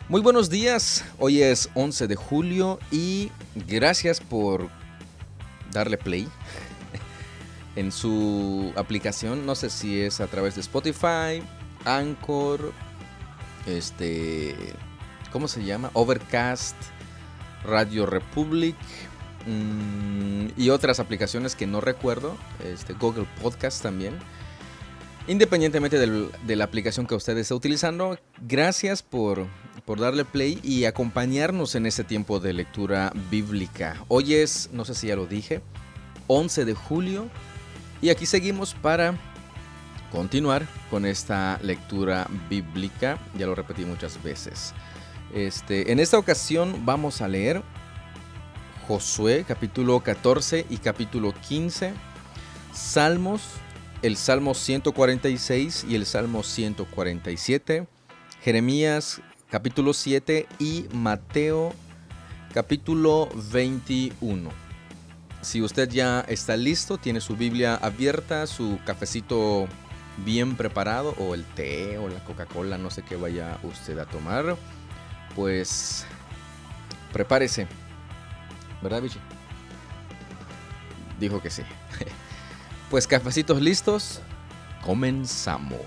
Muy buenos días, hoy es 11 de julio y gracias por darle play en su aplicación. No sé si es a través de Spotify, Anchor, ¿cómo se llama? Overcast, Radio Republic y otras aplicaciones que no recuerdo, Google Podcast también. Independientemente de la aplicación que usted esté utilizando, gracias por darle play y acompañarnos en este tiempo de lectura bíblica. Hoy es, no sé si ya lo dije, 11 de julio y aquí seguimos para continuar con esta lectura bíblica. Ya lo repetí muchas veces. En esta ocasión vamos a leer Josué capítulo 14 y capítulo 15, Salmos, el Salmo 146 y el Salmo 147, Jeremías capítulo 7 y Mateo capítulo 21. Si usted ya está listo, tiene su Biblia abierta, su cafecito bien preparado o el té o la Coca-Cola, no sé qué vaya usted a tomar, pues prepárese. ¿Verdad, Vichy? Dijo que sí. Pues cafecitos listos, comenzamos.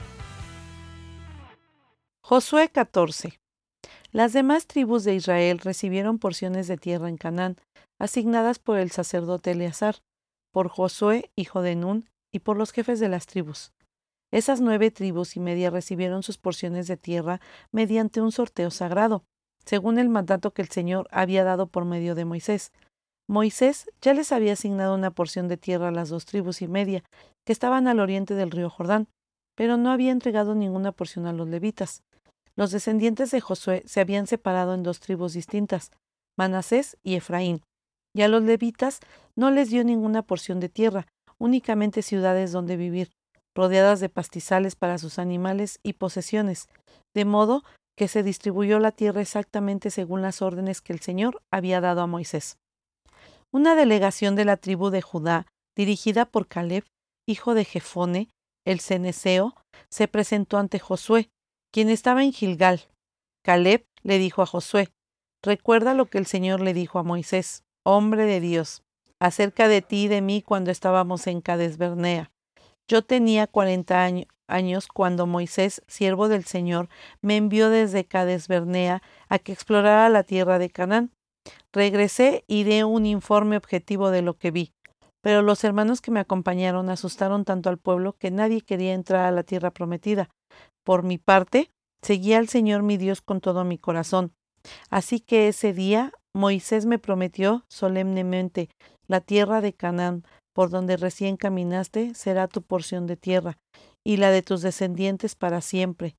Josué 14. Las demás tribus de Israel recibieron porciones de tierra en Canaán, asignadas por el sacerdote Eleazar, por Josué, hijo de Nun, y por los jefes de las tribus. Esas 9 tribus y media recibieron sus porciones de tierra mediante un sorteo sagrado, según el mandato que el Señor había dado por medio de Moisés. Moisés ya les había asignado una porción de tierra a las 2 tribus y media, que estaban al oriente del río Jordán, pero no había entregado ninguna porción a los levitas. Los descendientes de Josué se habían separado en 2 tribus distintas, Manasés y Efraín, y a los levitas no les dio ninguna porción de tierra, únicamente ciudades donde vivir, rodeadas de pastizales para sus animales y posesiones, de modo que se distribuyó la tierra exactamente según las órdenes que el Señor había dado a Moisés. Una delegación de la tribu de Judá, dirigida por Caleb, hijo de Jefone, el ceneseo, se presentó ante Josué, quien estaba en Gilgal. Caleb le dijo a Josué: «Recuerda lo que el Señor le dijo a Moisés, hombre de Dios, acerca de ti y de mí cuando estábamos en Cades Barnea. Yo tenía 40 años cuando Moisés, siervo del Señor, me envió desde Cades Barnea a que explorara la tierra de Canaán. Regresé y di un informe objetivo de lo que vi, pero los hermanos que me acompañaron asustaron tanto al pueblo que nadie quería entrar a la tierra prometida. Por mi parte, seguí al Señor mi Dios con todo mi corazón. Así que ese día Moisés me prometió solemnemente: la tierra de Canaán, por donde recién caminaste, será tu porción de tierra, y la de tus descendientes para siempre,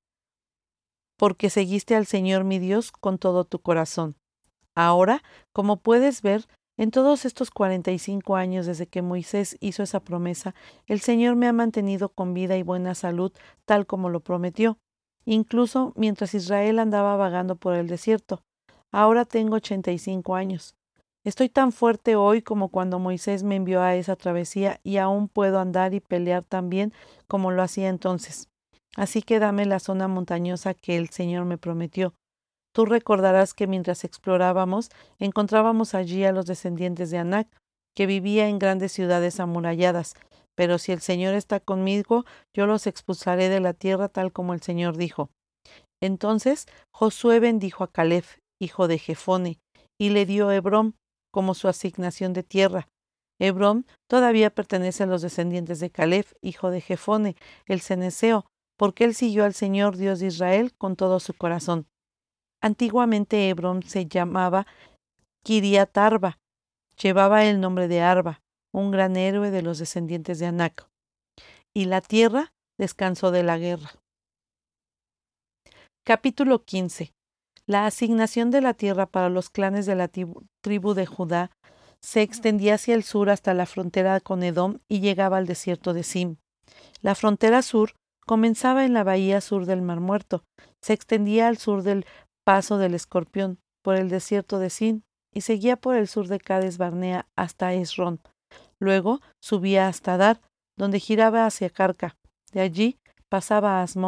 porque seguiste al Señor mi Dios con todo tu corazón. Ahora, como puedes ver, en todos estos 45 años desde que Moisés hizo esa promesa, el Señor me ha mantenido con vida y buena salud, tal como lo prometió, incluso mientras Israel andaba vagando por el desierto. Ahora tengo 85 años. Estoy tan fuerte hoy como cuando Moisés me envió a esa travesía y aún puedo andar y pelear tan bien como lo hacía entonces. Así que dame la zona montañosa que el Señor me prometió. Tú recordarás que mientras explorábamos, encontrábamos allí a los descendientes de Anac, que vivía en grandes ciudades amuralladas. Pero si el Señor está conmigo, yo los expulsaré de la tierra tal como el Señor dijo». Entonces Josué bendijo a Caleb, hijo de Jefone, y le dio Hebrón como su asignación de tierra. Hebrón todavía pertenece a los descendientes de Caleb, hijo de Jefone, el ceneseo, porque él siguió al Señor Dios de Israel con todo su corazón. Antiguamente Hebrón se llamaba Kiriat Arba, llevaba el nombre de Arba, un gran héroe de los descendientes de Anac, y la tierra descansó de la guerra. Capítulo 15. La asignación de la tierra para los clanes de la tribu de Judá se extendía hacia el sur hasta la frontera con Edom y llegaba al desierto de Sim. La frontera sur comenzaba en la bahía sur del Mar Muerto, se extendía al sur del Paso del Escorpión, por el desierto de Sin, y seguía por el sur de Cades Barnea hasta Esrón. Luego subía hasta Dar, donde giraba hacia Carca. De allí pasaba a Asmón,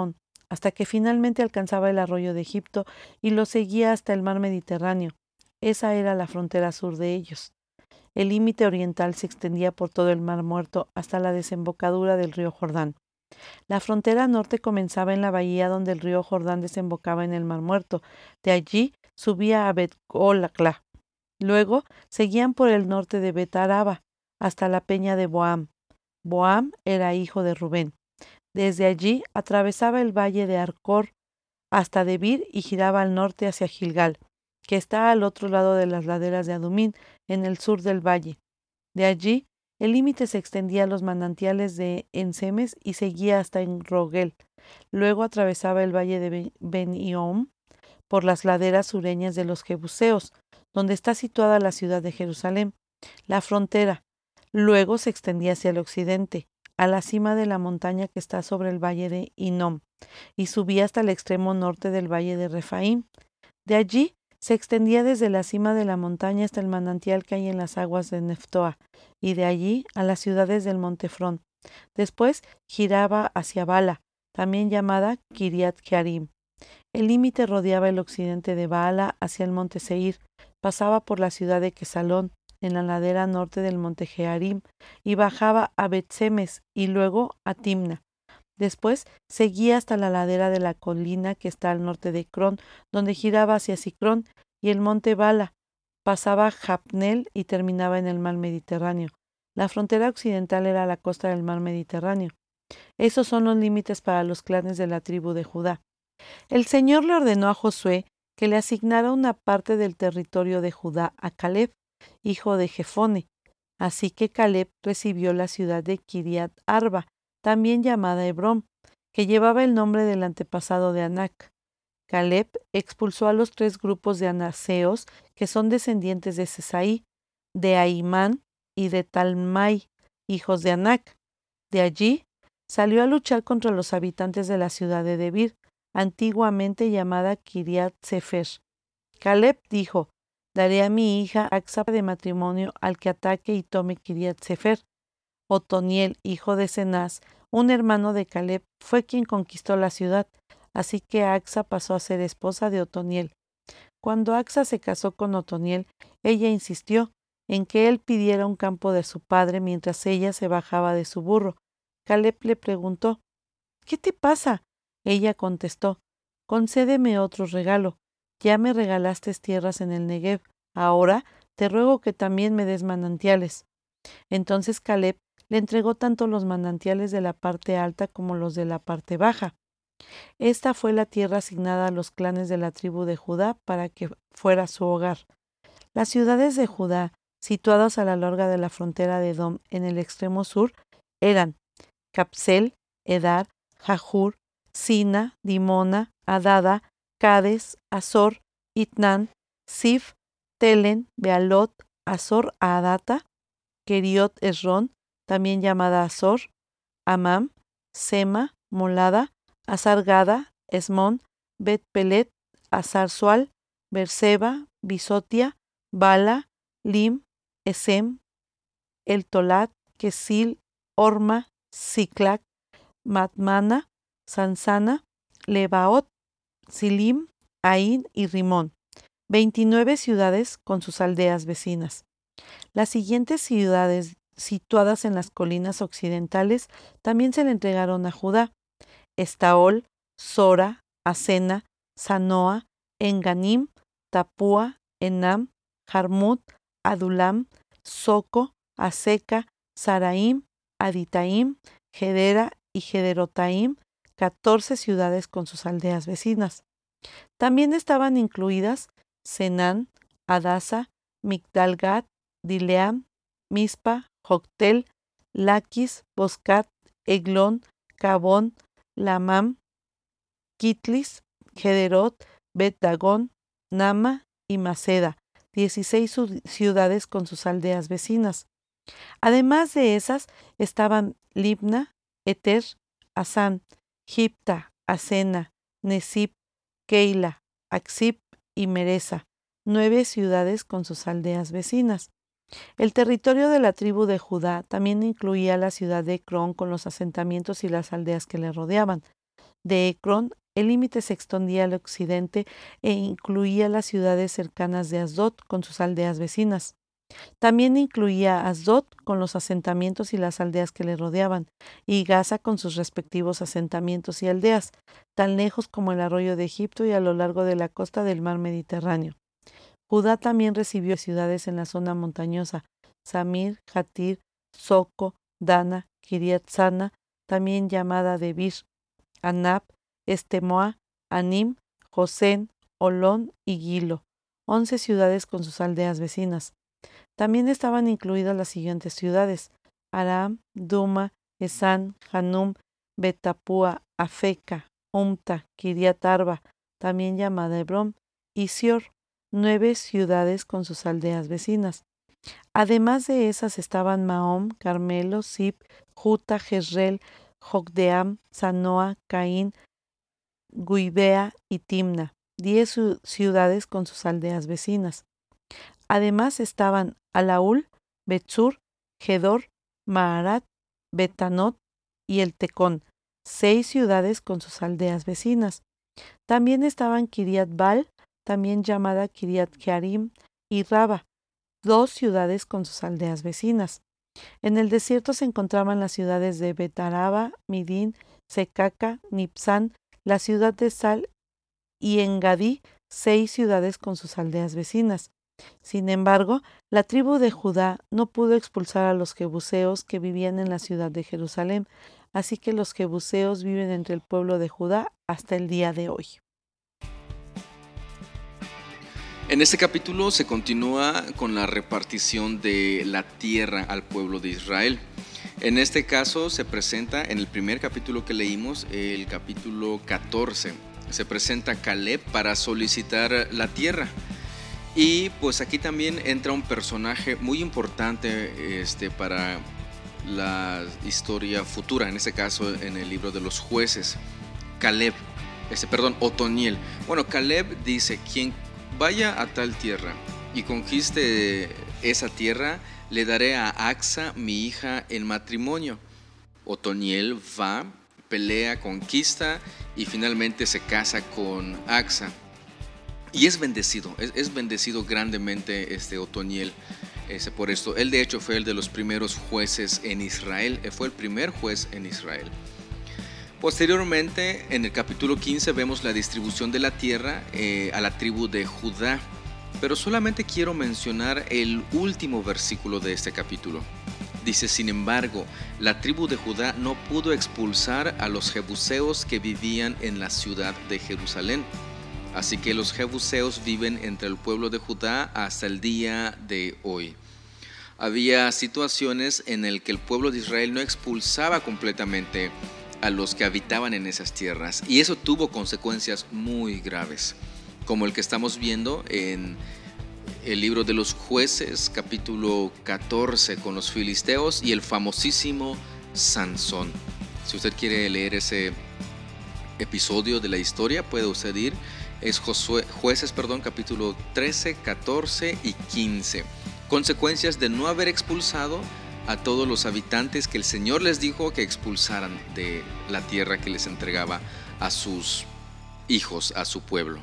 hasta que finalmente alcanzaba el arroyo de Egipto y lo seguía hasta el mar Mediterráneo. Esa era la frontera sur de ellos. El límite oriental se extendía por todo el Mar Muerto hasta la desembocadura del río Jordán. La frontera norte comenzaba en la bahía donde el río Jordán desembocaba en el Mar Muerto. De allí subía a Bet-Olakla. Luego seguían por el norte de Bet-Araba hasta la peña de Boam. Boam era hijo de Rubén. Desde allí atravesaba el valle de Arcor hasta Debir y giraba al norte hacia Gilgal, que está al otro lado de las laderas de Adumín, en el sur del valle. De allí, el límite se extendía a los manantiales de Ensemes y seguía hasta en Rogel. Luego atravesaba el valle de Ben-Hiom por las laderas sureñas de los Jebuseos, donde está situada la ciudad de Jerusalén. La frontera luego se extendía hacia el occidente, a la cima de la montaña que está sobre el valle de Hinnom, y subía hasta el extremo norte del valle de Refaim. De allí se extendía desde la cima de la montaña hasta el manantial que hay en las aguas de Neftoa, y de allí a las ciudades del monte Frón. Después giraba hacia Bala, también llamada Kiriat Jearim. El límite rodeaba el occidente de Baala hacia el monte Seir, pasaba por la ciudad de Quesalón, en la ladera norte del monte Jearim, y bajaba a Bet-Semes y luego a Timna. Después seguía hasta la ladera de la colina que está al norte de Ecrón, donde giraba hacia Sicrón y el monte Bala, pasaba Japnel y terminaba en el mar Mediterráneo. La frontera occidental era la costa del mar Mediterráneo. Esos son los límites para los clanes de la tribu de Judá. El Señor le ordenó a Josué que le asignara una parte del territorio de Judá a Caleb, hijo de Jefone. Así que Caleb recibió la ciudad de Kiriat Arba, también llamada Hebrón, que llevaba el nombre del antepasado de Anac. Caleb expulsó a los 3 grupos de anaseos que son descendientes de Sesaí, de Ahimán y de Talmai, hijos de Anac. De allí salió a luchar contra los habitantes de la ciudad de Debir, antiguamente llamada Kiriat Sefer. Caleb dijo: daré a mi hija Acsa de matrimonio al que ataque y tome Kiriat Sefer. Otoniel, hijo de Cenaz, un hermano de Caleb, fue quien conquistó la ciudad, así que Acsa pasó a ser esposa de Otoniel. Cuando Acsa se casó con Otoniel, ella insistió en que él pidiera un campo de su padre mientras ella se bajaba de su burro. Caleb le preguntó: ¿qué te pasa? Ella contestó: concédeme otro regalo. Ya me regalaste tierras en el Negev, ahora te ruego que también me des manantiales. Entonces Caleb le entregó tanto los manantiales de la parte alta como los de la parte baja. Esta fue la tierra asignada a los clanes de la tribu de Judá para que fuera su hogar. Las ciudades de Judá, situadas a la larga de la frontera de Edom en el extremo sur, eran Capsel, Edar, Jajur, Sina, Dimona, Adada, Cades, Azor, Itnan, Sif, Telen, Bealot, Azor Adata, Keriot Esrón, también llamada Azor, Amam, Sema, Molada, Azar-Gada, Esmón, Bet-Pelet, Azar-Sual, Berseba, Bisotia, Bala, Lim, Esem, El Tolat, Kesil, Orma, Siclac, Matmana, Sansana, Lebaot, Silim, Ain y Rimón. 29 ciudades con sus aldeas vecinas. Las siguientes ciudades situadas en las colinas occidentales también se le entregaron a Judá: Estaol, Sora, Asena, Sanoa, Enganim, Tapúa, Enam, Jarmut, Adulam, Soco, Aseca, Saraim, Aditaim, Gedera y Gederotaim, 14 ciudades con sus aldeas vecinas. También estaban incluidas Senán, Adasa, Migdalgat, Dileam, Mispa, Joctel, Laquis, Boscat, Eglón, Cabón, Lamam, Kitlis, Gederot, Bet-Dagón, Nama y Maceda, 16 ciudades con sus aldeas vecinas. Además de esas estaban Libna, Eter, Asán, Gipta, Asena, Nesip, Keila, Axip y Meresa, 9 ciudades con sus aldeas vecinas. El territorio de la tribu de Judá también incluía la ciudad de Ecrón con los asentamientos y las aldeas que le rodeaban. De Ecrón El límite se extendía al occidente e incluía las ciudades cercanas de Asdod con sus aldeas vecinas. También incluía Asdod con los asentamientos y las aldeas que le rodeaban, y Gaza con sus respectivos asentamientos y aldeas, tan lejos como el arroyo de Egipto y a lo largo de la costa del mar Mediterráneo. Judá también recibió ciudades en la zona montañosa: Samir, Jatir, Soco, Dana, Kiriat Sana, también llamada Debir, Anab, Estemoa, Anim, Josén, Olón y Gilo, 11 ciudades con sus aldeas vecinas. También estaban incluidas las siguientes ciudades: Aram, Duma, Esan, Hanum, Betapúa, Afeca, Umta, Kiriat Arba, también llamada Hebrón, y Sior, 9 ciudades con sus aldeas vecinas. Además de esas estaban Mahom, Carmelo, Sib, Juta, Jezreel, Jocdeam, Sanoa, Caín, Guibea y Timna, 10 ciudades con sus aldeas vecinas. Además estaban Alaúl, Betzur, Gedor, Maarat, Betanot y El Tecón, 6 ciudades con sus aldeas vecinas. También estaban Kiriat Baal, también llamada Kiriat Jearim, y Raba, 2 ciudades con sus aldeas vecinas. En el desierto se encontraban las ciudades de Betaraba, Midín, Secaca, Nipsán, la ciudad de Sal y Engadí, 6 ciudades con sus aldeas vecinas. Sin embargo, la tribu de Judá no pudo expulsar a los jebuseos que vivían en la ciudad de Jerusalén, así que los jebuseos viven entre el pueblo de Judá hasta el día de hoy. En este capítulo se continúa con la repartición de la tierra al pueblo de Israel. En este caso se presenta, en el primer capítulo que leímos, el capítulo 14, se presenta Caleb para solicitar la tierra. Y pues aquí también entra un personaje muy importante para la historia futura, en este caso en el libro de los jueces, Caleb, Otoniel. Bueno, Caleb dice: quien vaya a tal tierra y conquiste esa tierra, le daré a Axa, mi hija, en matrimonio. Otoniel va, pelea, conquista y finalmente se casa con Axa. Y es bendecido, es bendecido grandemente Otoniel por esto. Él de hecho fue el de los primeros jueces en Israel, fue el primer juez en Israel. Posteriormente, en el capítulo 15 vemos la distribución de la tierra a la tribu de Judá, pero solamente quiero mencionar el último versículo de este capítulo. Dice: sin embargo, la tribu de Judá no pudo expulsar a los jebuseos que vivían en la ciudad de Jerusalén. Así que los jebuseos viven entre el pueblo de Judá hasta el día de hoy. Había situaciones en las que el pueblo de Israel no expulsaba completamente a los que habitaban en esas tierras, y eso tuvo consecuencias muy graves, como el que estamos viendo en el libro de los jueces, capítulo 14, con los filisteos y el famosísimo Sansón. Si usted quiere leer ese episodio de la historia, puede usted ir. Es Jueces, capítulo 13, 14 y 15. Consecuencias de no haber expulsado a todos los habitantes que el Señor les dijo que expulsaran de la tierra que les entregaba a sus hijos, a su pueblo.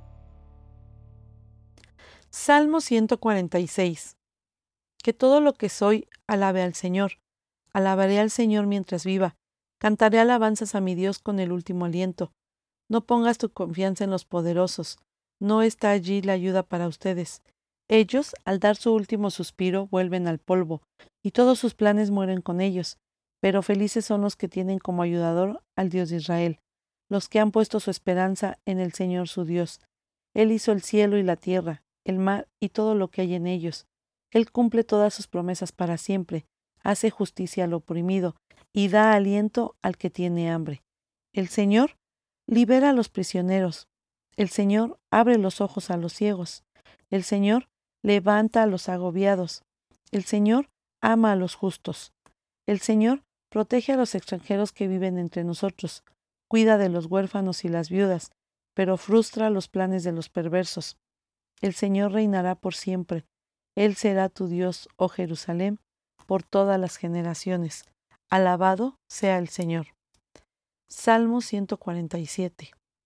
Salmo 146. Que todo lo que soy alabe al Señor. Alabaré al Señor mientras viva. Cantaré alabanzas a mi Dios con el último aliento. No pongas tu confianza en los poderosos. No está allí la ayuda para ustedes. Ellos, al dar su último suspiro, vuelven al polvo, y todos sus planes mueren con ellos. Pero felices son los que tienen como ayudador al Dios de Israel, los que han puesto su esperanza en el Señor su Dios. Él hizo el cielo y la tierra, el mar y todo lo que hay en ellos. Él cumple todas sus promesas para siempre, hace justicia al oprimido y da aliento al que tiene hambre. El Señor libera a los prisioneros. El Señor abre los ojos a los ciegos. El Señor levanta a los agobiados. El Señor ama a los justos. El Señor protege a los extranjeros que viven entre nosotros. Cuida de los huérfanos y las viudas, pero frustra los planes de los perversos. El Señor reinará por siempre. Él será tu Dios, oh Jerusalén, por todas las generaciones. Alabado sea el Señor. Salmo 147.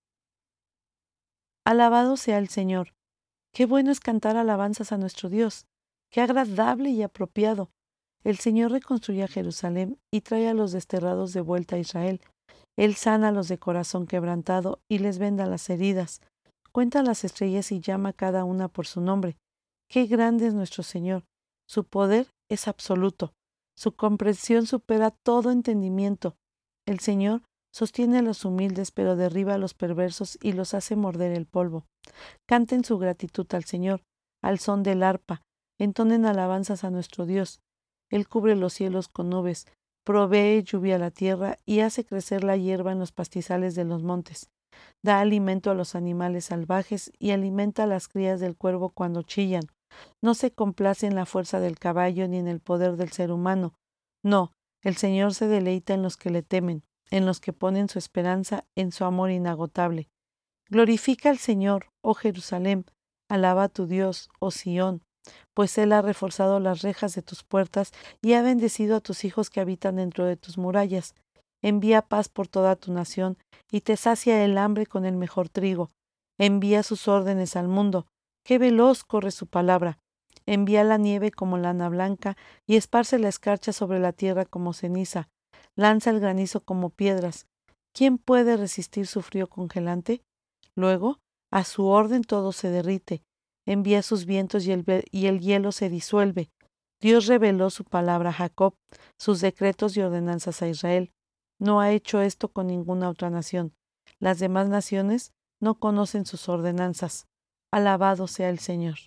Alabado sea el Señor. Qué bueno es cantar alabanzas a nuestro Dios. Qué agradable y apropiado. El Señor reconstruye a Jerusalén y trae a los desterrados de vuelta a Israel. Él sana a los de corazón quebrantado y les venda las heridas. Cuenta las estrellas y llama a cada una por su nombre. Qué grande es nuestro Señor. Su poder es absoluto. Su comprensión supera todo entendimiento. El Señor sostiene a los humildes, pero derriba a los perversos y los hace morder el polvo. Canten su gratitud al Señor, al son del arpa. Entonen alabanzas a nuestro Dios. Él cubre los cielos con nubes, provee lluvia a la tierra y hace crecer la hierba en los pastizales de los montes. Da alimento a los animales salvajes y alimenta a las crías del cuervo cuando chillan. No se complace en la fuerza del caballo ni en el poder del ser humano. No, el Señor se deleita en los que le temen, en los que ponen su esperanza en su amor inagotable. Glorifica al Señor, oh Jerusalén, alaba a tu Dios, oh Sión, pues Él ha reforzado las rejas de tus puertas y ha bendecido a tus hijos que habitan dentro de tus murallas. Envía paz por toda tu nación y te sacia el hambre con el mejor trigo. Envía sus órdenes al mundo. Qué veloz corre su palabra. Envía la nieve como lana blanca y esparce la escarcha sobre la tierra como ceniza. Lanza el granizo como piedras. ¿Quién puede resistir su frío congelante? Luego, a su orden todo se derrite. Envía sus vientos y el hielo se disuelve. Dios reveló su palabra a Jacob, sus decretos y ordenanzas a Israel. No ha hecho esto con ninguna otra nación. Las demás naciones no conocen sus ordenanzas. Alabado sea el Señor.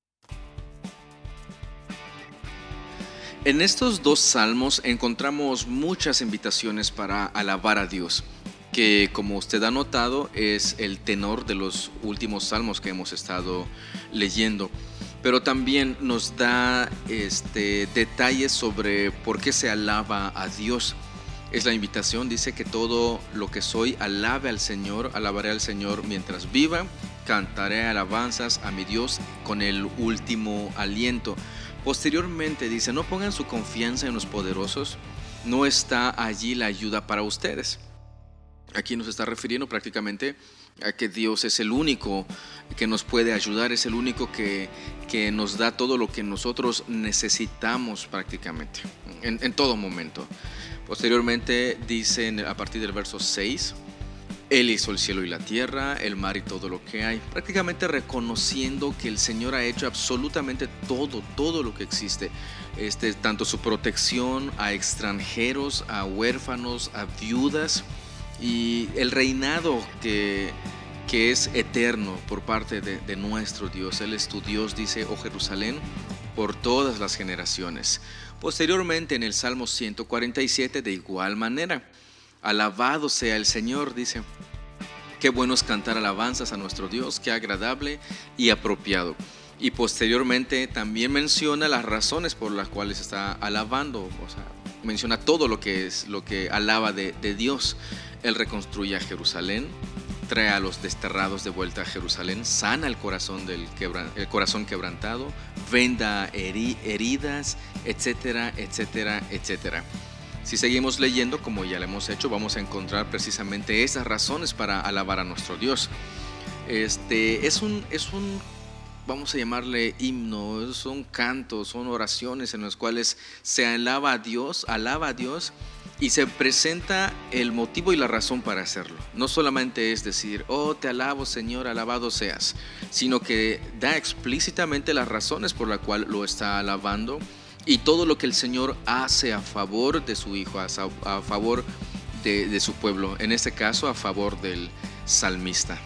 En estos dos salmos encontramos muchas invitaciones para alabar a Dios, que como usted ha notado es el tenor de los últimos salmos que hemos estado leyendo, pero también nos da detalles sobre por qué se alaba a Dios. Es la invitación, dice que todo lo que soy alabe al Señor, alabaré al Señor mientras viva, cantaré alabanzas a mi Dios con el último aliento. Posteriormente dice, no pongan su confianza en los poderosos, no está allí la ayuda para ustedes. Aquí nos está refiriendo prácticamente a que Dios es el único que nos puede ayudar, es el único que nos da todo lo que nosotros necesitamos prácticamente, en todo momento. Posteriormente dice a partir del verso 6, Él hizo el cielo y la tierra, el mar y todo lo que hay, prácticamente reconociendo que el Señor ha hecho absolutamente todo lo que existe, tanto su protección a extranjeros, a huérfanos, a viudas, y el reinado que es eterno por parte de nuestro Dios. Él es tu Dios, dice, oh Jerusalén, por todas las generaciones. Posteriormente en el Salmo 147 de igual manera, alabado sea el Señor, dice, qué bueno es cantar alabanzas a nuestro Dios, qué agradable y apropiado. Y posteriormente también menciona las razones por las cuales está alabando, o sea, menciona todo lo que alaba de Dios. Él reconstruye a Jerusalén, trae a los desterrados de vuelta a Jerusalén, sana el corazón quebrantado, venda heridas, etcétera, etcétera, etcétera. Si seguimos leyendo, como ya lo hemos hecho, vamos a encontrar precisamente esas razones para alabar a nuestro Dios. Es un vamos a llamarle himno, son cantos, son oraciones en las cuales se alaba a Dios y se presenta el motivo y la razón para hacerlo. No solamente es decir, oh, te alabo Señor, alabado seas, sino que da explícitamente las razones por las cuales lo está alabando y todo lo que el Señor hace a favor de su Hijo, a favor de su pueblo, en este caso a favor del salmista.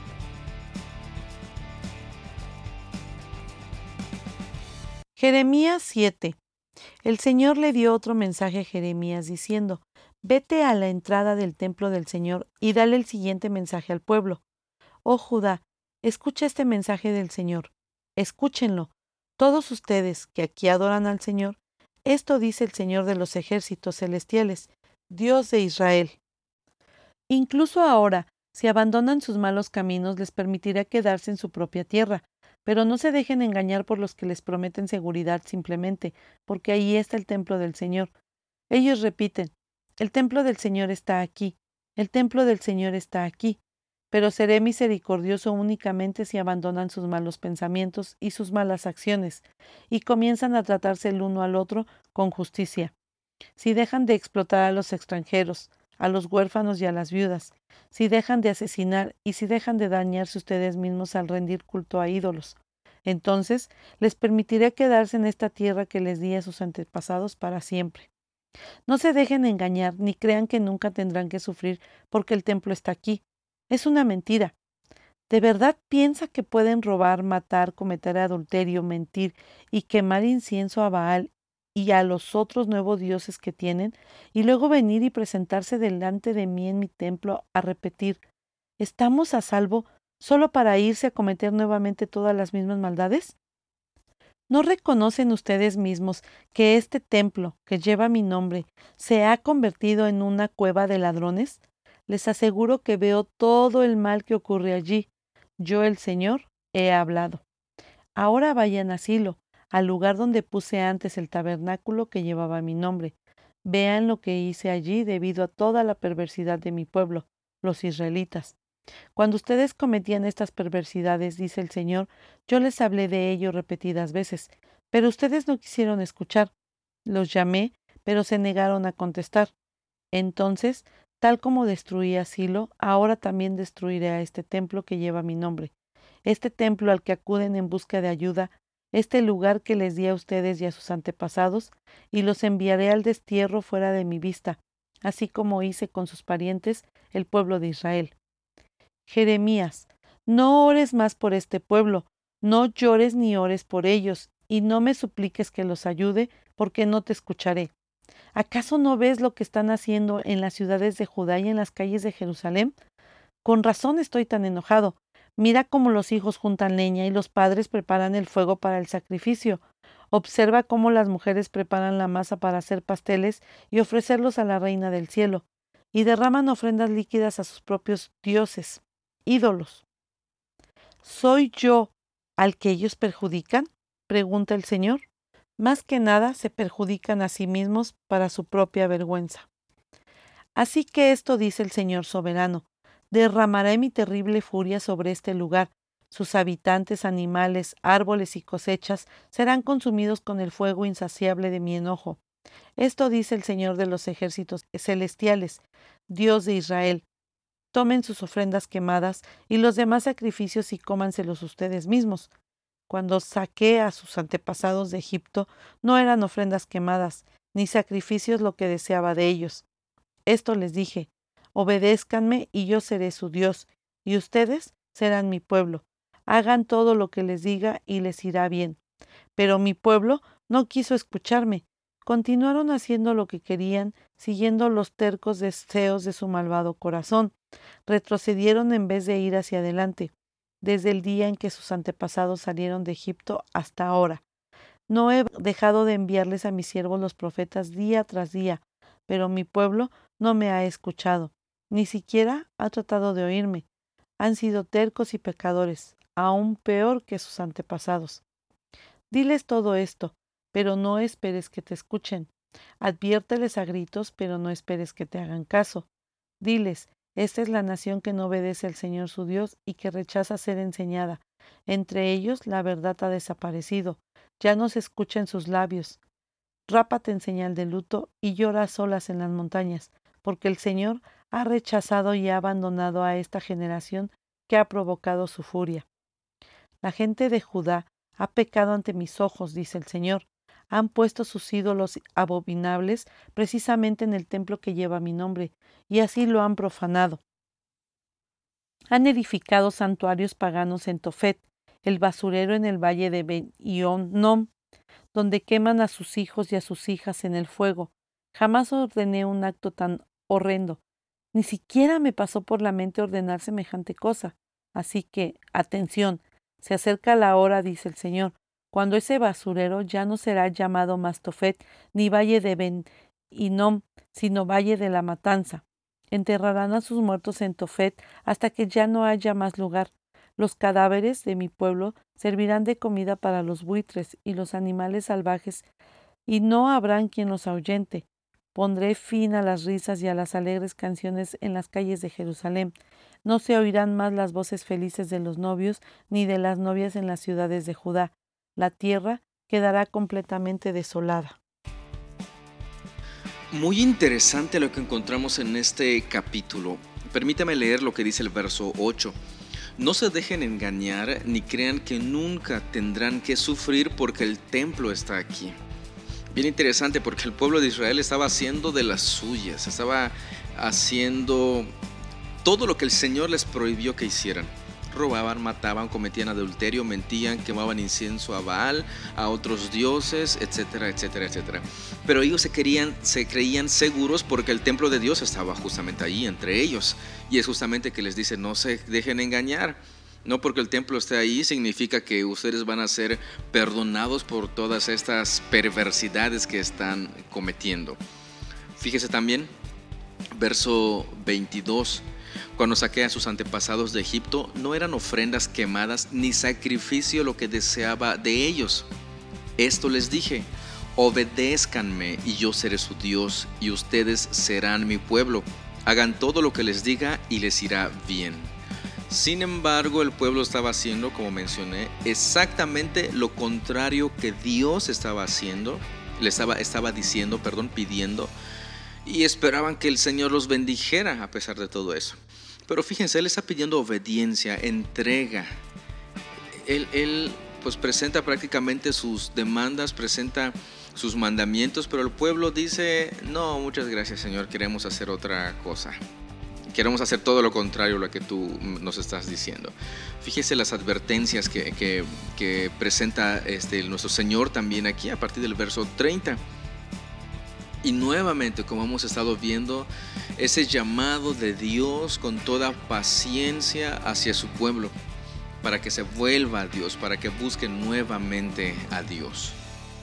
Jeremías 7. El Señor le dio otro mensaje a Jeremías diciendo, vete a la entrada del templo del Señor y dale el siguiente mensaje al pueblo. Oh Judá, escucha este mensaje del Señor. Escúchenlo. Todos ustedes que aquí adoran al Señor, esto dice el Señor de los ejércitos celestiales, Dios de Israel. Incluso ahora, si abandonan sus malos caminos, les permitirá quedarse en su propia tierra. Pero no se dejen engañar por los que les prometen seguridad simplemente, porque ahí está el templo del Señor. Ellos repiten, el templo del Señor está aquí, el templo del Señor está aquí. pero seré misericordioso únicamente si abandonan sus malos pensamientos y sus malas acciones, y comienzan a tratarse el uno al otro con justicia. Si dejan de explotar a los extranjeros, a los huérfanos y a las viudas, si dejan de asesinar y si dejan de dañarse ustedes mismos al rendir culto a ídolos, entonces les permitiré quedarse en esta tierra que les di a sus antepasados para siempre. No se dejen engañar ni crean que nunca tendrán que sufrir porque el templo está aquí. Es una mentira. ¿De verdad piensa que pueden robar, matar, cometer adulterio, mentir y quemar incienso a Baal y a los otros nuevos dioses que tienen, y luego venir y presentarse delante de mí en mi templo a repetir, ¿estamos a salvo solo para irse a cometer nuevamente todas las mismas maldades? ¿No reconocen ustedes mismos que este templo, que lleva mi nombre, se ha convertido en una cueva de ladrones? Les aseguro que veo todo el mal que ocurre allí. Yo, el Señor, he hablado. Ahora vayan a Silo, al lugar donde puse antes el tabernáculo que llevaba mi nombre. Vean lo que hice allí debido a toda la perversidad de mi pueblo, los israelitas. Cuando ustedes cometían estas perversidades, dice el Señor, yo les hablé de ello repetidas veces, pero ustedes no quisieron escuchar. Los llamé, pero se negaron a contestar. Entonces, tal como destruí a Silo, ahora también destruiré a este templo que lleva mi nombre. Este templo al que acuden en busca de ayuda, este lugar que les di a ustedes y a sus antepasados, y los enviaré al destierro fuera de mi vista, así como hice con sus parientes, el pueblo de Israel. Jeremías, no ores más por este pueblo, no llores ni ores por ellos, y no me supliques que los ayude, porque no te escucharé. ¿Acaso no ves lo que están haciendo en las ciudades de Judá y en las calles de Jerusalén? Con razón estoy tan enojado. Mira cómo los hijos juntan leña y los padres preparan el fuego para el sacrificio. Observa cómo las mujeres preparan la masa para hacer pasteles y ofrecerlos a la reina del cielo, y derraman ofrendas líquidas a sus propios dioses, ídolos. ¿Soy yo al que ellos perjudican?, pregunta el Señor. Más que nada se perjudican a sí mismos para su propia vergüenza. Así que esto dice el Señor soberano: derramaré mi terrible furia sobre este lugar. Sus habitantes, animales, árboles y cosechas serán consumidos con el fuego insaciable de mi enojo. Esto dice el Señor de los ejércitos celestiales, Dios de Israel. Tomen sus ofrendas quemadas y los demás sacrificios y cómanselos ustedes mismos. Cuando saqué a sus antepasados de Egipto, no eran ofrendas quemadas, ni sacrificios lo que deseaba de ellos. Esto les dije: obedézcanme y yo seré su Dios, y ustedes serán mi pueblo. Hagan todo lo que les diga y les irá bien. Pero mi pueblo no quiso escucharme. Continuaron haciendo lo que querían, siguiendo los tercos deseos de su malvado corazón. Retrocedieron en vez de ir hacia adelante, desde el día en que sus antepasados salieron de Egipto hasta ahora. No he dejado de enviarles a mis siervos los profetas día tras día, pero mi pueblo no me ha escuchado, ni siquiera ha tratado de oírme. Han sido tercos y pecadores, aún peor que sus antepasados. Diles todo esto, pero no esperes que te escuchen. Adviérteles a gritos, pero no esperes que te hagan caso. Diles: esta es la nación que no obedece al Señor su Dios y que rechaza ser enseñada. Entre ellos la verdad ha desaparecido, ya no se escucha en sus labios. Rápate en señal de luto y llora a solas en las montañas, porque el Señor ha rechazado y ha abandonado a esta generación que ha provocado su furia. La gente de Judá ha pecado ante mis ojos, dice el Señor. Han puesto sus ídolos abominables precisamente en el templo que lleva mi nombre, y así lo han profanado. Han edificado santuarios paganos en Tofet, el basurero en el valle de Ben-Hinnom, donde queman a sus hijos y a sus hijas en el fuego. Jamás ordené un acto tan horrendo. Ni siquiera me pasó por la mente ordenar semejante cosa. Así que, atención, se acerca la hora, dice el Señor, cuando ese basurero ya no será llamado más Tofet, ni valle de Ben-Hinnom, sino valle de la matanza. Enterrarán a sus muertos en Tofet hasta que ya no haya más lugar. Los cadáveres de mi pueblo servirán de comida para los buitres y los animales salvajes, y no habrá quien los ahuyente. Pondré fin a las risas y a las alegres canciones en las calles de Jerusalén. No se oirán más las voces felices de los novios ni de las novias en las ciudades de Judá. La tierra quedará completamente desolada. Muy interesante lo que encontramos en este capítulo. Permítame leer lo que dice el verso 8. No se dejen engañar ni crean que nunca tendrán que sufrir porque el templo está aquí. Bien interesante, porque el pueblo de Israel estaba haciendo de las suyas, estaba haciendo todo lo que el Señor les prohibió que hicieran. Robaban, mataban, cometían adulterio, mentían, quemaban incienso a Baal, a otros dioses, etcétera, etcétera, etcétera. Pero ellos se creían seguros porque el templo de Dios estaba justamente allí entre ellos. Y es justamente que les dice, no se dejen engañar. No porque el templo esté ahí significa que ustedes van a ser perdonados por todas estas perversidades que están cometiendo. Fíjese también, verso 22. Cuando saqué a sus antepasados de Egipto, no eran ofrendas quemadas ni sacrificio lo que deseaba de ellos. Esto les dije, obedézcanme y yo seré su Dios y ustedes serán mi pueblo. Hagan todo lo que les diga y les irá bien. Sin embargo, el pueblo estaba haciendo, como mencioné, exactamente lo contrario que Dios estaba haciendo, pidiendo, y esperaban que el Señor los bendijera a pesar de todo eso. Pero fíjense, Él está pidiendo obediencia, entrega. Él pues presenta prácticamente sus demandas, presenta sus mandamientos, pero el pueblo dice, no, muchas gracias Señor, queremos hacer otra cosa. Queremos hacer todo lo contrario a lo que tú nos estás diciendo. Fíjese las advertencias que presenta nuestro Señor también aquí a partir del verso 30. Y nuevamente, como hemos estado viendo, ese llamado de Dios con toda paciencia hacia su pueblo, para que se vuelva a Dios, para que busque nuevamente a Dios.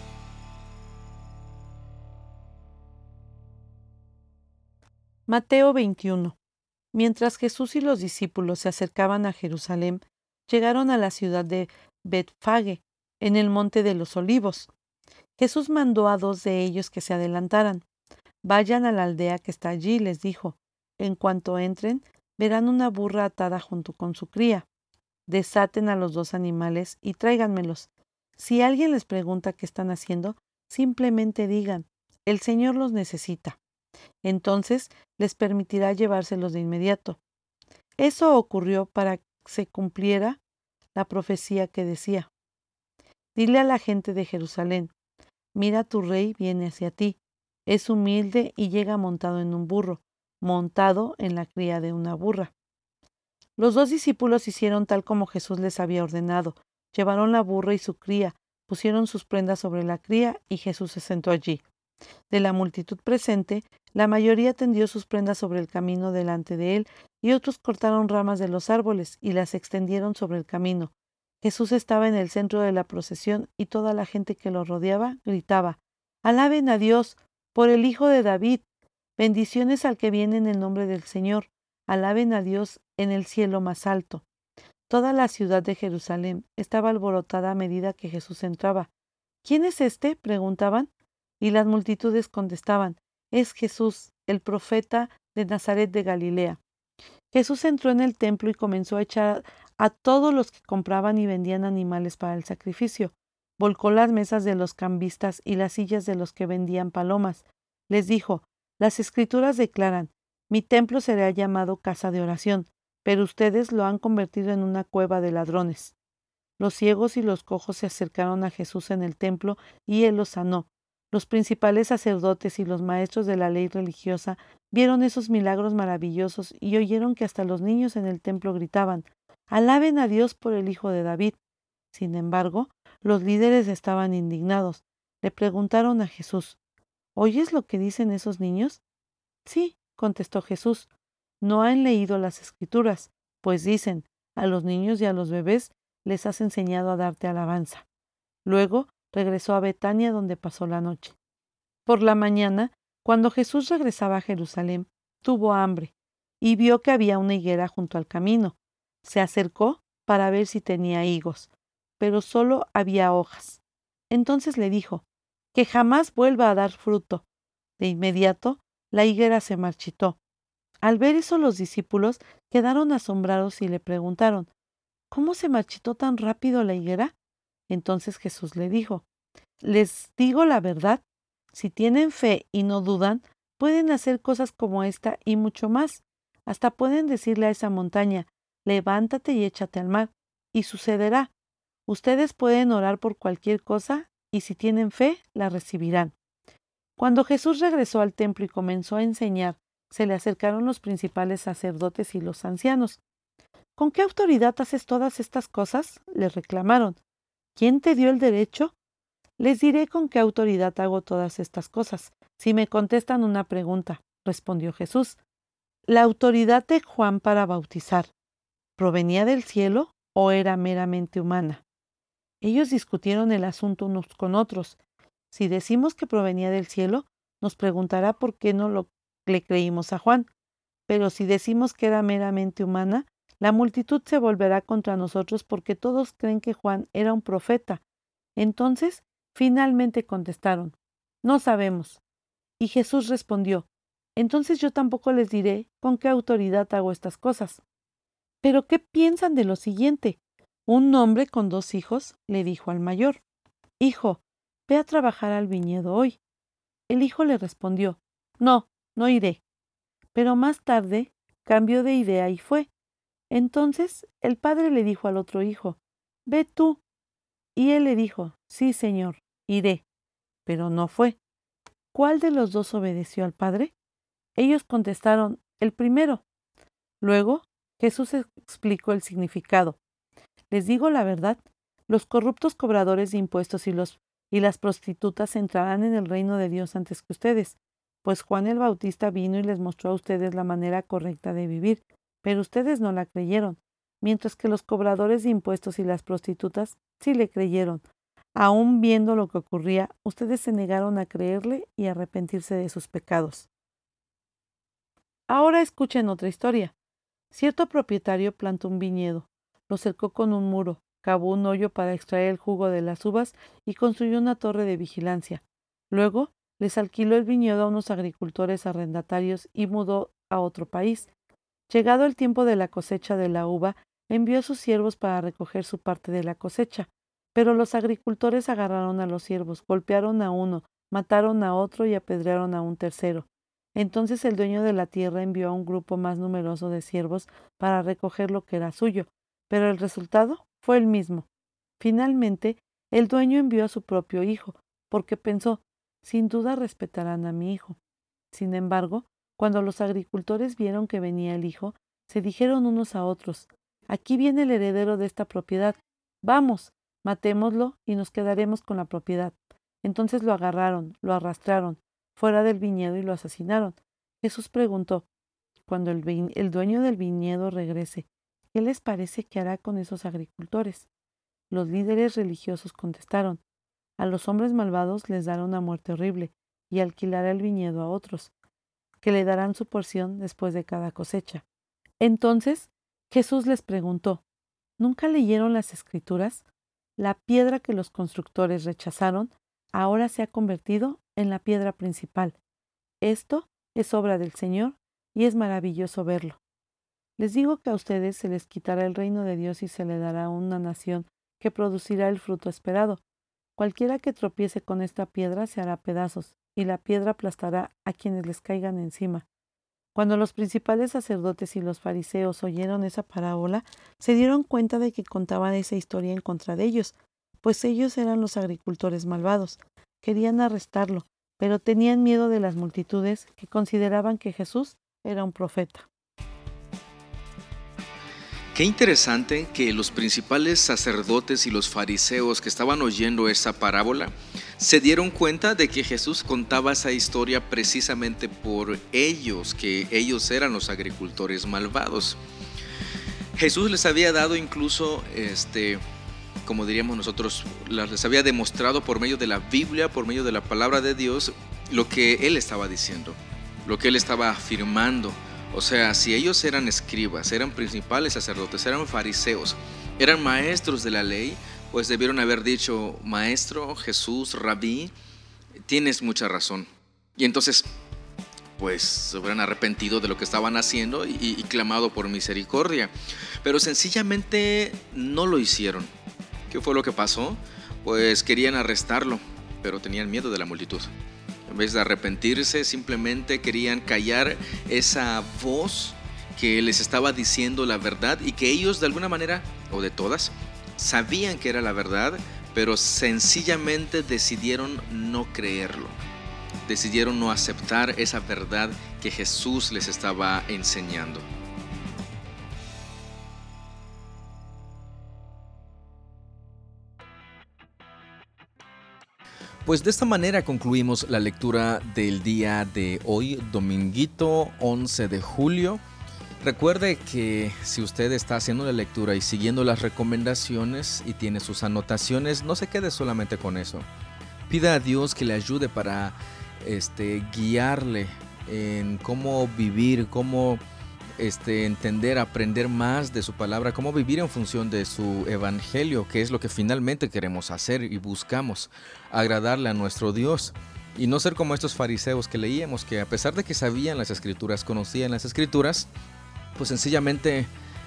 Mateo 21. Mientras Jesús y los discípulos se acercaban a Jerusalén, llegaron a la ciudad de Betfagé, en el monte de los Olivos. Jesús mandó a 2 de ellos que se adelantaran. Vayan a la aldea que está allí, les dijo. En cuanto entren, verán una burra atada junto con su cría. Desaten a los 2 animales y tráiganmelos. Si alguien les pregunta qué están haciendo, simplemente digan, el Señor los necesita. Entonces les permitirá llevárselos de inmediato. Eso ocurrió para que se cumpliera la profecía que decía: dile a la gente de Jerusalén, mira, tu rey viene hacia ti. Es humilde y llega montado en un burro, montado en la cría de una burra. Los 2 discípulos hicieron tal como Jesús les había ordenado. Llevaron la burra y su cría, pusieron sus prendas sobre la cría y Jesús se sentó allí. De la multitud presente, la mayoría tendió sus prendas sobre el camino delante de él y otros cortaron ramas de los árboles y las extendieron sobre el camino. Jesús estaba en el centro de la procesión y toda la gente que lo rodeaba gritaba: «Alaben a Dios por el Hijo de David. Bendiciones al que viene en el nombre del Señor. Alaben a Dios en el cielo más alto». Toda la ciudad de Jerusalén estaba alborotada a medida que Jesús entraba. «¿Quién es este?», preguntaban. Y las multitudes contestaban: «Es Jesús, el profeta de Nazaret de Galilea». Jesús entró en el templo y comenzó a echar a todos los que compraban y vendían animales para el sacrificio. Volcó las mesas de los cambistas y las sillas de los que vendían palomas. Les dijo: «Las Escrituras declaran, mi templo será llamado casa de oración, pero ustedes lo han convertido en una cueva de ladrones». Los ciegos y los cojos se acercaron a Jesús en el templo y él los sanó. Los principales sacerdotes y los maestros de la ley religiosa vieron esos milagros maravillosos y oyeron que hasta los niños en el templo gritaban: «Alaben a Dios por el Hijo de David». Sin embargo, los líderes estaban indignados. Le preguntaron a Jesús: «¿Oyes lo que dicen esos niños?». «Sí», contestó Jesús. «¿No han leído las Escrituras? Pues dicen, a los niños y a los bebés les has enseñado a darte alabanza». Luego regresó a Betania, donde pasó la noche. Por la mañana, cuando Jesús regresaba a Jerusalén, tuvo hambre y vio que había una higuera junto al camino. Se acercó para ver si tenía higos, pero solo había hojas. Entonces le dijo: «Que jamás vuelva a dar fruto». De inmediato, la higuera se marchitó. Al ver eso, los discípulos quedaron asombrados y le preguntaron: ¿Cómo se marchitó tan rápido la higuera? Entonces Jesús le dijo: Les digo la verdad, si tienen fe y no dudan, pueden hacer cosas como esta y mucho más. Hasta pueden decirle a esa montaña: levántate y échate al mar, y sucederá. Ustedes pueden orar por cualquier cosa y si tienen fe, la recibirán. Cuando Jesús regresó al templo y comenzó a enseñar, se le acercaron los principales sacerdotes y los ancianos. ¿Con qué autoridad haces todas estas cosas?, le reclamaron. ¿Quién te dio el derecho? Les diré con qué autoridad hago todas estas cosas, si me contestan una pregunta, respondió Jesús. La autoridad de Juan para bautizar, ¿provenía del cielo o era meramente humana? Ellos discutieron el asunto unos con otros. Si decimos que provenía del cielo, nos preguntará por qué no le creímos a Juan. Pero si decimos que era meramente humana, la multitud se volverá contra nosotros porque todos creen que Juan era un profeta. Entonces, finalmente contestaron: No sabemos. Y Jesús respondió: Entonces yo tampoco les diré con qué autoridad hago estas cosas. ¿Pero qué piensan de lo siguiente? Un hombre con 2 hijos le dijo al mayor: Hijo, ve a trabajar al viñedo hoy. El hijo le respondió: No, no iré. Pero más tarde cambió de idea y fue. Entonces el padre le dijo al otro hijo: Ve tú. Y él le dijo: Sí, señor, iré. Pero no fue. ¿Cuál de los dos obedeció al padre? Ellos contestaron: El primero. Luego Jesús explicó el significado. Les digo la verdad, los corruptos cobradores de impuestos y las prostitutas entrarán en el reino de Dios antes que ustedes, pues Juan el Bautista vino y les mostró a ustedes la manera correcta de vivir, pero ustedes no la creyeron, mientras que los cobradores de impuestos y las prostitutas sí le creyeron. Aún viendo lo que ocurría, ustedes se negaron a creerle y a arrepentirse de sus pecados. Ahora escuchen otra historia. Cierto propietario plantó un viñedo, lo cercó con un muro, cavó un hoyo para extraer el jugo de las uvas y construyó una torre de vigilancia. Luego les alquiló el viñedo a unos agricultores arrendatarios y mudó a otro país. Llegado el tiempo de la cosecha de la uva, envió a sus siervos para recoger su parte de la cosecha. Pero los agricultores agarraron a los siervos, golpearon a uno, mataron a otro y apedrearon a un tercero. Entonces el dueño de la tierra envió a un grupo más numeroso de siervos para recoger lo que era suyo, pero el resultado fue el mismo. Finalmente, el dueño envió a su propio hijo, porque pensó: sin duda respetarán a mi hijo. Sin embargo, cuando los agricultores vieron que venía el hijo, se dijeron unos a otros: Aquí viene el heredero de esta propiedad. Vamos, matémoslo y nos quedaremos con la propiedad. Entonces lo agarraron, lo arrastraron fuera del viñedo y lo asesinaron. Jesús preguntó: Cuando el dueño del viñedo regrese, ¿qué les parece que hará con esos agricultores? Los líderes religiosos contestaron: A los hombres malvados les dará una muerte horrible y alquilará el viñedo a otros, que le darán su porción después de cada cosecha. Entonces Jesús les preguntó: ¿Nunca leyeron las Escrituras? La piedra que los constructores rechazaron ahora se ha convertido en la piedra principal. Esto es obra del Señor y es maravilloso verlo. Les digo que a ustedes se les quitará el reino de Dios y se le dará una nación que producirá el fruto esperado. Cualquiera que tropiece con esta piedra se hará pedazos, y la piedra aplastará a quienes les caigan encima. Cuando los principales sacerdotes y los fariseos oyeron esa parábola, se dieron cuenta de que contaban esa historia en contra de ellos, pues ellos eran los agricultores malvados. Querían arrestarlo, pero tenían miedo de las multitudes que consideraban que Jesús era un profeta. Qué interesante que los principales sacerdotes y los fariseos que estaban oyendo esa parábola se dieron cuenta de que Jesús contaba esa historia precisamente por ellos, que ellos eran los agricultores malvados. Jesús les había dado incluso, como diríamos nosotros, les había demostrado por medio de la Biblia, por medio de la palabra de Dios, lo que Él estaba diciendo, lo que Él estaba afirmando. O sea, si ellos eran escribas, eran principales sacerdotes, eran fariseos, eran maestros de la ley, pues debieron haber dicho: Maestro, Jesús, Rabí, tienes mucha razón. Y entonces pues se hubieran arrepentido de lo que estaban haciendo y clamado por misericordia. Pero sencillamente no lo hicieron. ¿Qué fue lo que pasó? Pues querían arrestarlo, pero tenían miedo de la multitud. En vez de arrepentirse, simplemente querían callar esa voz que les estaba diciendo la verdad y que ellos de alguna manera, o de todas, sabían que era la verdad, pero sencillamente decidieron no creerlo. Decidieron no aceptar esa verdad que Jesús les estaba enseñando. Pues de esta manera concluimos la lectura del día de hoy, dominguito 11 de julio. Recuerde que si usted está haciendo la lectura y siguiendo las recomendaciones y tiene sus anotaciones, no se quede solamente con eso. Pida a Dios que le ayude para guiarle en cómo vivir, cómo entender, aprender más de su palabra, cómo vivir en función de su evangelio, que es lo que finalmente queremos hacer y buscamos, agradarle a nuestro Dios. Y no ser como estos fariseos que leíamos, que a pesar de que sabían las escrituras, conocían las escrituras, pues sencillamente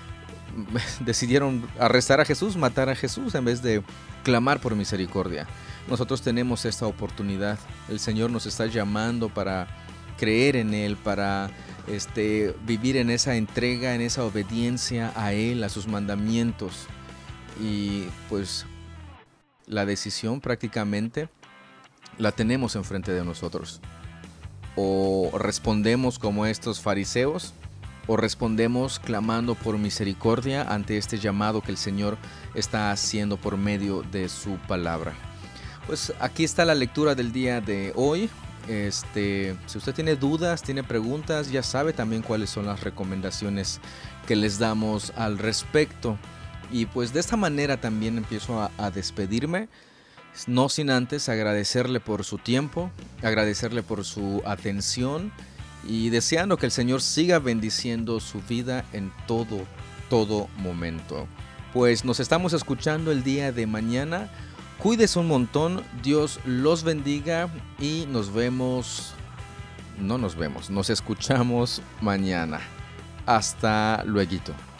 decidieron arrestar a Jesús, matar a Jesús en vez de clamar por misericordia. Nosotros tenemos esta oportunidad. El Señor nos está llamando para creer en Él, para vivir en esa entrega, en esa obediencia a Él, a sus mandamientos. Y pues la decisión prácticamente la tenemos enfrente de nosotros. O respondemos como estos fariseos, o respondemos clamando por misericordia ante este llamado que el Señor está haciendo por medio de su palabra. Pues aquí está la lectura del día de hoy. Si usted tiene dudas, tiene preguntas, ya sabe también cuáles son las recomendaciones que les damos al respecto. Y pues de esta manera también empiezo a despedirme, no sin antes agradecerle por su tiempo, agradecerle por su atención y deseando que el Señor siga bendiciendo su vida en todo momento. Pues nos estamos escuchando el día de mañana. Cuídese un montón, Dios los bendiga y nos escuchamos mañana. Hasta luego.